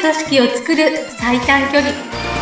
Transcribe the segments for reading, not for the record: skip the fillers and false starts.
組織を作る最短距離。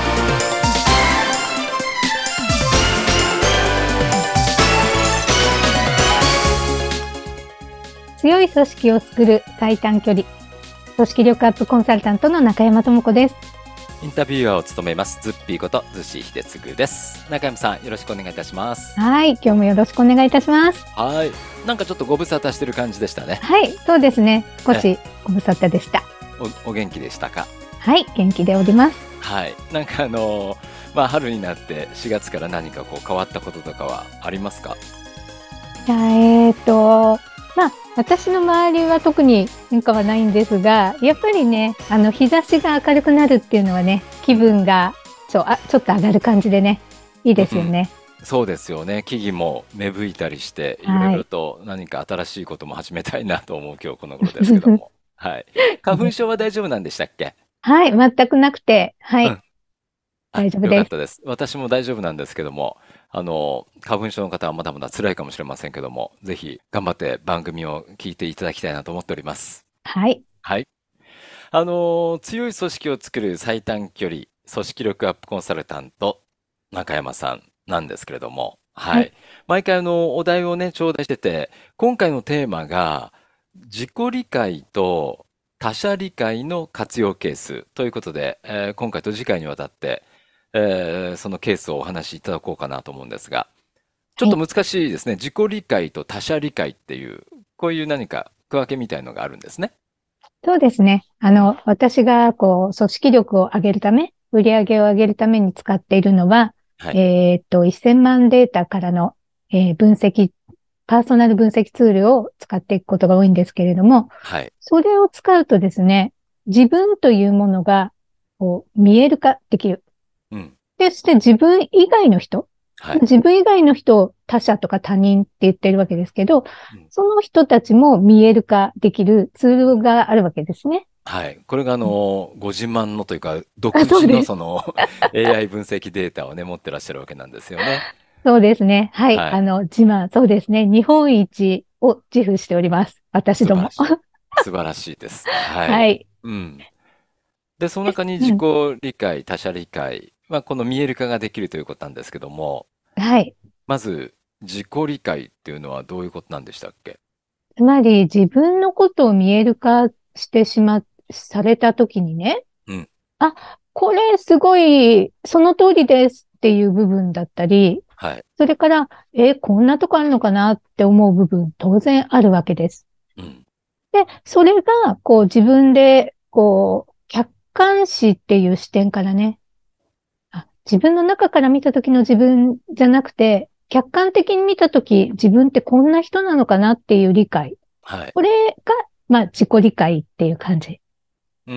強い組織を作る最短距離。組織力アップコンサルタントの中山智子です。 インタビュアーを務めますズッピーこと逗子秀嗣です。中山さん、よろしくお願いいたします。 はい、今日もよろしくお願いいたします。 はい、なんかちょっとご無沙汰してる感じでしたね。 はい、そうですね。少しご無沙汰でした。 お元気でしたか？ はい、元気でおります。 はい、なんか春になって4月から何かこう変わったこととかはありますか？ じゃあ私の周りは特に変化はないんですが、やっぱりね、日差しが明るくなるっていうのはね、気分がちょっと上がる感じでね、いいですよね。 そうですよね。木々も芽吹いたりして、いろいろと何か新しいことも始めたいなと思う今日この頃ですけども。はい。花粉症は大丈夫なんでしたっけ？ はい、全くなくて、はうん。 い、大丈夫です。 よかったです。私も大丈夫なんですけども、花粉症の方はまだまだ辛いかもしれませんけども、ぜひ頑張って番組を聞いていただきたいなと思っております。 はい。 はい。強い組織を作る最短距離、組織力アップコンサルタント、中山さんなんですけれども、 はい。 はい。毎回お題をね、頂戴してて、今回のテーマが、自己理解と他者理解の活用ケースということで、今回と次回にわたって、そのケースをお話しいただこうかなと思うんですが、ちょっとはい。 難しいですね。自己理解と他者理解っていう、こういう何か区分けみたいのがあるんですね。 そうですね。私が、組織力を上げるため、売り上げを上げるために使っているのは、 はい。 1000万データからの、分析、パーソナル分析ツールを使っていくことが多いんですけれども、 はい。 それを使うとですね、自分というものが、見える化できる。 うん。 で、そして自分以外の人、 はい。 自分以外の人を他者とか他人って言ってるわけですけど、 うん。 その人たちも見える化できるツールがあるわけですね。 はい。これがご自慢のというか、 あ、 独自のそうです。 その AI 分析データをね、持ってらっしゃるわけなんですよね。 そうですね。はい。 はい。 自慢、そうですね。日本一を自負しております。私ども。 素晴らしい。素晴らしいです。はい。 はい。 うん。で、そのです。 中に自己うん。 理解、他者理解、まあ、この見える化ができるということなんですけども、 はい。 まず、自己理解っていうのはどういうことなんでしたっけ？ つまり、自分のことを見える化してされたときにね、 うん。 あ、これすごい、その通りですっていう部分だったり、 はい。 それから、こんなとこあるのかなって思う部分、当然あるわけです。 うん。 で、それが、自分で、客観視っていう視点からね、自分の中から見た時の自分じゃなくて、客観的に見た時、自分ってこんな人なのかなっていう理解。 はい。 これが、自己理解っていう感じ。 うん。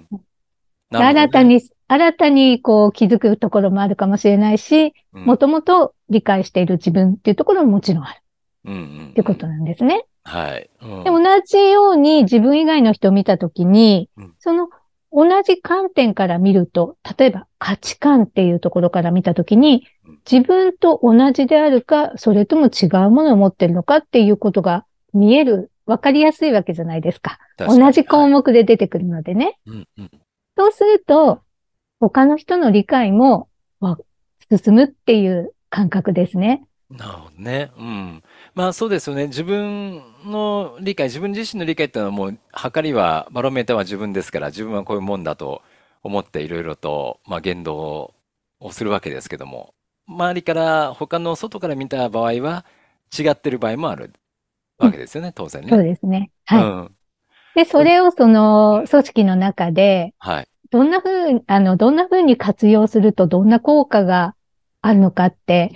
でなるほどね。 新たに気づくところもあるかもしれないし、 うん。 もともと理解している自分っていうところももちろんあるっうんうんうん。 ていうことなんですね。 はい。うで、 ん。 同じように自分以外の人を見たときに、 うん。 その同じ観点から見ると、例えば価値観っていうところから見たときに、 うん。 自分と同じであるか、それとも違うものを持ってるのかっていうことが見える、わかりやすいわけじゃないですか。同確かに。 じ項はい。 目で出てくるのでね。 うんうん。 そうすると、他の人の理解もわ進むっていう感覚ですね。 なるほどね。うん。まあそうですよね。自分の理解、自分自身の理解っていうのはもう、測りは、バロメーターは自分ですから、自分はこういうもんだと思っていろいろと、まあ言動をするわけですけども、周りから、他の外から見た場合は、違ってる場合もあるうん、 わけですよね、当然そうね。 ですね。はい。 うん。 で、それをその組織の中で、 はい。 どんな風に活用するとどんな効果があるのかって、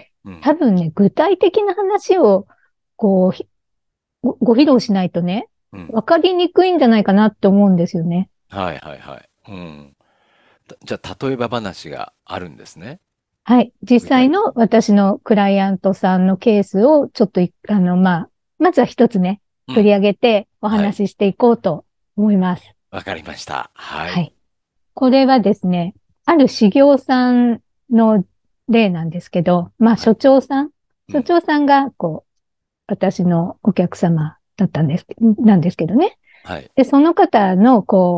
うん。 多分ね、具体的な話を、こう、ご披露しないとね、 うん。 わかりにくいんじゃないかなって思うんですよね。 はいはいはい。うん。じゃあ、例えば話があるんですね。 はい。実具体的。 際の私のクライアントさんのケースを、ちょっとまずは一つね、 うん。 取り上げておはい。 話ししていこうと思います。 わかりました。はい。 はい。これはですね、ある修行さんの例なんですけど、 はい。うん。 所長さんが、私のお客様だったなんですけどね。 はい。 で、その方の、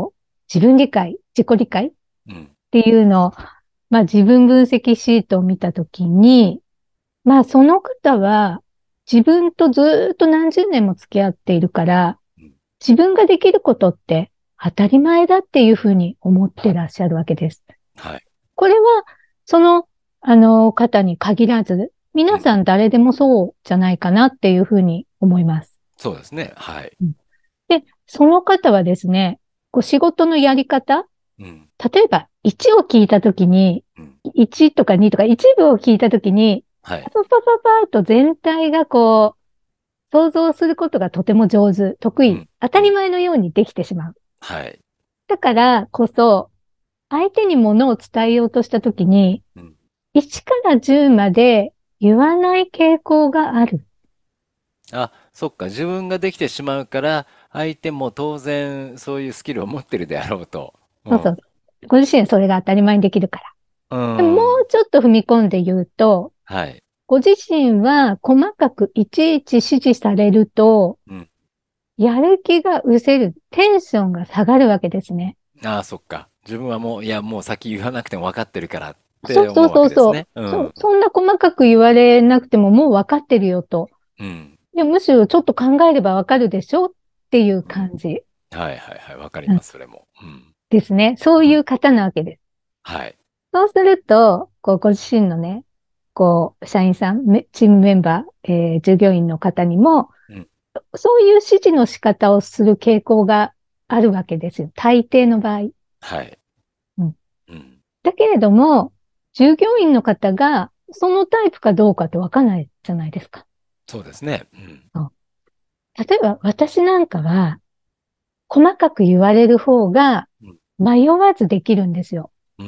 自分理解、自己理解っうん。 ていうのを、まあ自分分析シートを見たときに、まあその方は自分とずーっと何十年も付き合っているから、 うん。 自分ができることって当たり前だっていうふうに思ってらっしゃるわけです。 はい。 これは、その、方に限らず、 うん。 皆さん誰でもそうじゃないかなっていうふうに思います。 そうですね。はい。 うん。で、その方はですね、こう仕事のやり方、 うん。 例えば1を聞いたときに、 うん。 1とか2とか一部を聞いたときに、 はい。 パパパパパーと全体がこう、想像することがとても上手、得意、 うん。 当うん。 たり前のようにできてしまう。 はい。 だからこそ、相手にものを伝えようとしたときに、 うん。 1から10まで言わない傾向がある。 あ、そっか。自分ができてしまうから、相手も当然そういうスキルを持ってるであろうと。うん。 そうそうそう。ご自身それが当たり前にできるから。 うでももん。 うちょっと踏み込んで言うと、 はい。 ご自身は細かくいちいち指示されると、 うん。 やる気が失せる、テンションが下がるわけですね。 ああ、そっか。自分はもう、いや、もう先言わなくても分かってるからっそうそうて思うわそうそう。 けですね。うん。 そんな細かく言われなくてももう分かってるよと。 うん。 で、むしろちょっと考えれば分かるでしょっていううん。 感じ、 はいはいはい。わかりうん、 ます、それも。うん。 ですね。そううん。 いう方なわけです。 はい。 そうすると、こう、ご自身のね、こう、社員さん、チームメンバー、従業員の方にも、 うん。 そういう指示の仕方をする傾向があるわけですよ。大抵の場合。 はい。 うん。 うん。 だけれども、従業員の方がそのタイプかどうかってわかんないじゃないですか。 そうですね。うん。 そう。例えば私なんかは、細かく言われる方がうん。 迷わずできるんですよ。 うん。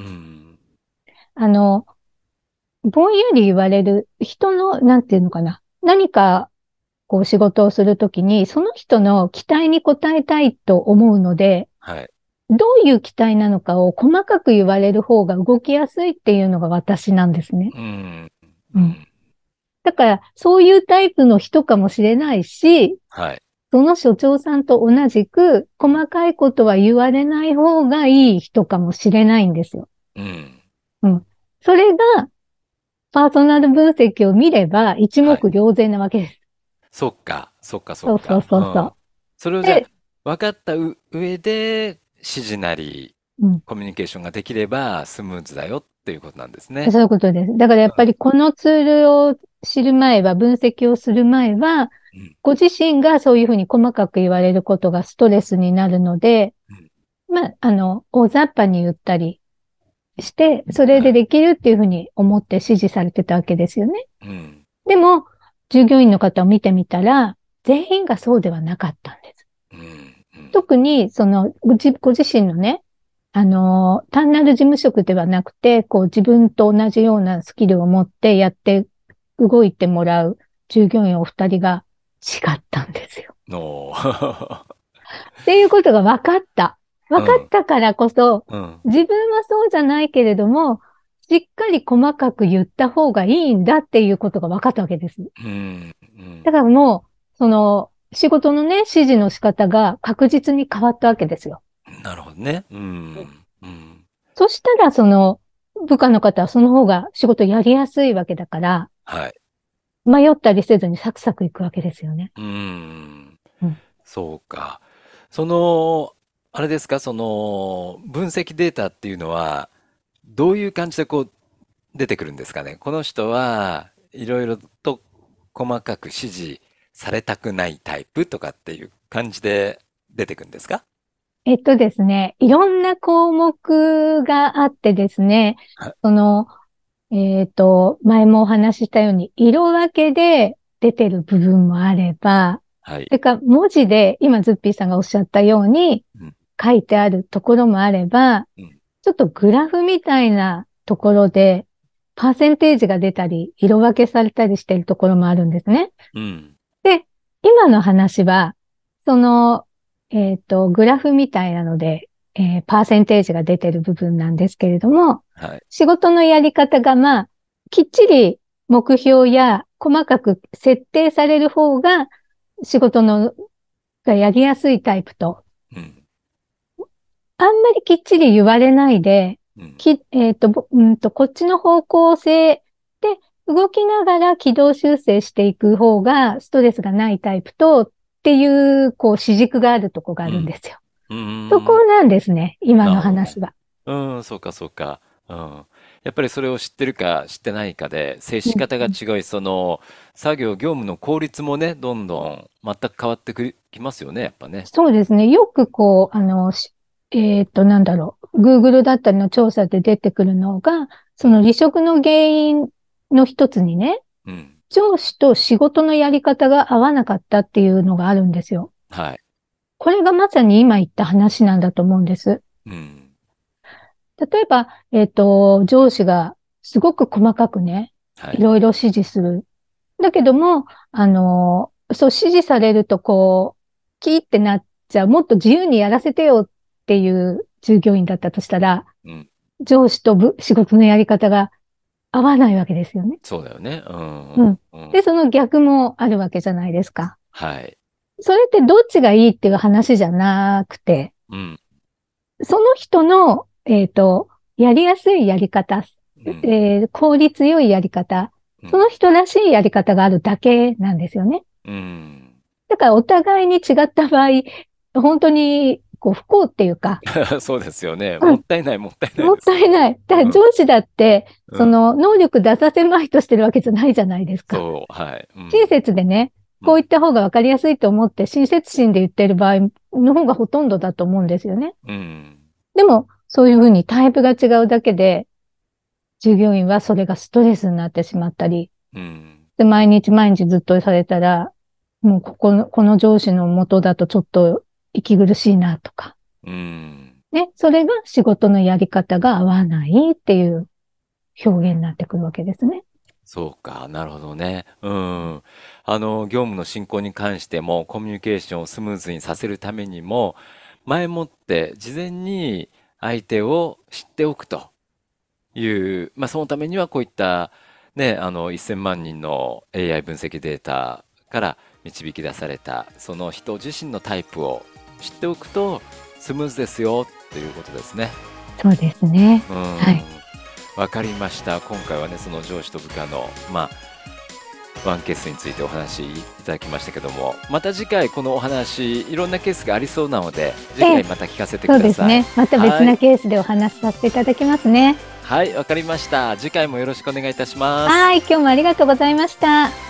あの、ぼんやり言われる人の、なんていうのかな。何かこう仕事をするときに、その人の期待に応えたいと思うので、 はい。 どういう期待なのかを細かく言われる方が動きやすいっていうのが私なんですね。 うん。ううん。 ん。 だから、そういうタイプの人かもしれないし、 はい。 その所長さんと同じく、細かいことは言われない方がいい人かもしれないんですよ。 うん。 うん。それが、パーソナル分析を見れば一はい。 目瞭然なわけです。 そっか。そっかそっそうそうか。うん。 そうそう。 それをじゃで、 あ、分かった上で、指示なり、 うん。 コミュニケーションができればスムーズだよっていうことなんですね。 そういうことです。だからやっぱりこのツールを知る前は、分析をする前は、 うん。 ご自身がそういうふうに細かく言われることがストレスになるので、 うん。 まあ、大雑把に言ったりして、それはい。 でできるっていうふうに思って指示されてたわけですよね。 うん。 でも、従業員の方を見てみたら、全員がそうではなかったんです。 うん。うん。 特に、ご自身のね、単なる事務職ではなくて、こう、自分と同じようなスキルを持ってやって動いてもらう従業員お二人が違ったんですよ。 のーっていうことが分かった。分かっうん。 たからこそ、 うん。 自分はそうじゃないけれども、しっかり細かく言った方がいいんだっていうことが分かったわけです。 うん。うん。 だからもう、仕事のね、指示の仕方が確実に変わったわけですよ。 なるほどね。うん。うん。 そしたら、部下の方はその方が仕事やりやすいわけだから、 はい。 迷ったりせずにサクサクいくわけですよね。 うん。 うん。 そうか。その、あれですか、その、分析データっていうのは、どういう感じでこう、出てくるんですかね。この人はいろいろと細かく指示されたくないタイプとかっていう感じで出てくるんですか？ ですね、いろんな項目があってですね、 は、 その、前もお話ししたように、色分けで出てる部分もあれば、 はい。 それから文字で、今ズッピーさんがおっしゃったようにうん。 書いてあるところもあれば、 うん。 ちょっとグラフみたいなところで、パーセンテージが出たり、色分けされたりしているところもあるんですね。 うん。 で、今の話は、その、グラフみたいなので、パーセンテージが出てる部分なんですけれども、 はい。 仕事のやり方が、まあ、きっちり目標や細かく設定される方が、仕事がやりやすいタイプと、 うん。 あんまりきっちり言われないで、 うん。 こっちの方向性で動きながら軌道修正していく方がストレスがないタイプとっていう、こう、指軸があるとこがあうん。 るんですよ。 うーそこん。 なんですね、今のなるほどね。 話は。 うん、そうか、そうか。うん。やっぱりそれを知ってるか知ってないかで、接うんし方がうん。 違い、業務の効率もね、どんどん全く変わってきますよね、やっぱね。 そうですね。よくこう、なんだろう。Google だったりの調査で出てくるのが、そのうん。 離職の原因の一つにね、 うん。 上司と仕事のやり方が合わなかったっていうのがあるんですよ。 はい。 これがまさに今言った話なんだと思うんです。 うん。 例えば、上司がすごく細かくね、 はい。 いろいろ指示する。だけども、そう指示されるとこう、キーってなっちゃう。もっと自由にやらせてよっていう従業員だったとしたら、 うん。 上司と仕事のやり方が合わないわけですよね。 そうだよね。うん。 うん。 うん。 で、その逆もあるわけじゃないですか。 はい。 それってどっちがいいっていう話じゃなくて、 うん。 その人の、やりやすいやり方、 うん。 効率よいやり方、 うん。 その人らしいやり方があるだけなんですよね。 うん。 だからお互いに違った場合、本当にこう不幸っていうか、 そうですよね。 うん、 もったいない、もったいないもっですね。 たいない。だからうん。 上司だって、 うん。 その能力出させまいとしてるわけじゃないじゃないですか。 そう、はい。う親ん。 切でね、こう言うん。 った方が分かりやすいと思って親切心で言ってる場合の方がほとんどだと思うんですよね。 うん。 でも、そういうふうにタイプが違うだけで、従業員はそれがストレスになってしまったり、 うん。 で、毎日毎日ずっとされたら、もうこの上司の下だとちょっと息苦しいなとか、 うん。 ね、それが仕事のやり方が合わないっていう表現になってくるわけですね。 そうか、なるほどね。うん。業務の進行に関しても、コミュニケーションをスムーズにさせるためにも、前もって事前に相手を知っておくという、まあ、そのためにはこういった、ね、1000万人の AI 分析データから導き出された、その人自身のタイプを知っておくと、スムーズですよっていうことですね。 そうですね。 うん。 はい。 わかりました。今回はね、その上司と部下の、まあ、ワンケースについてお話しいただきましたけども、また次回このお話、いろんなケースがありそうなので、次ええ、 回また聞かせてください。 そうですね。また別はい。 なケースでお話しさせていただきますね。 はい、わかりました。次回もよろしくお願いいたします。 はい、今日もありがとうございました。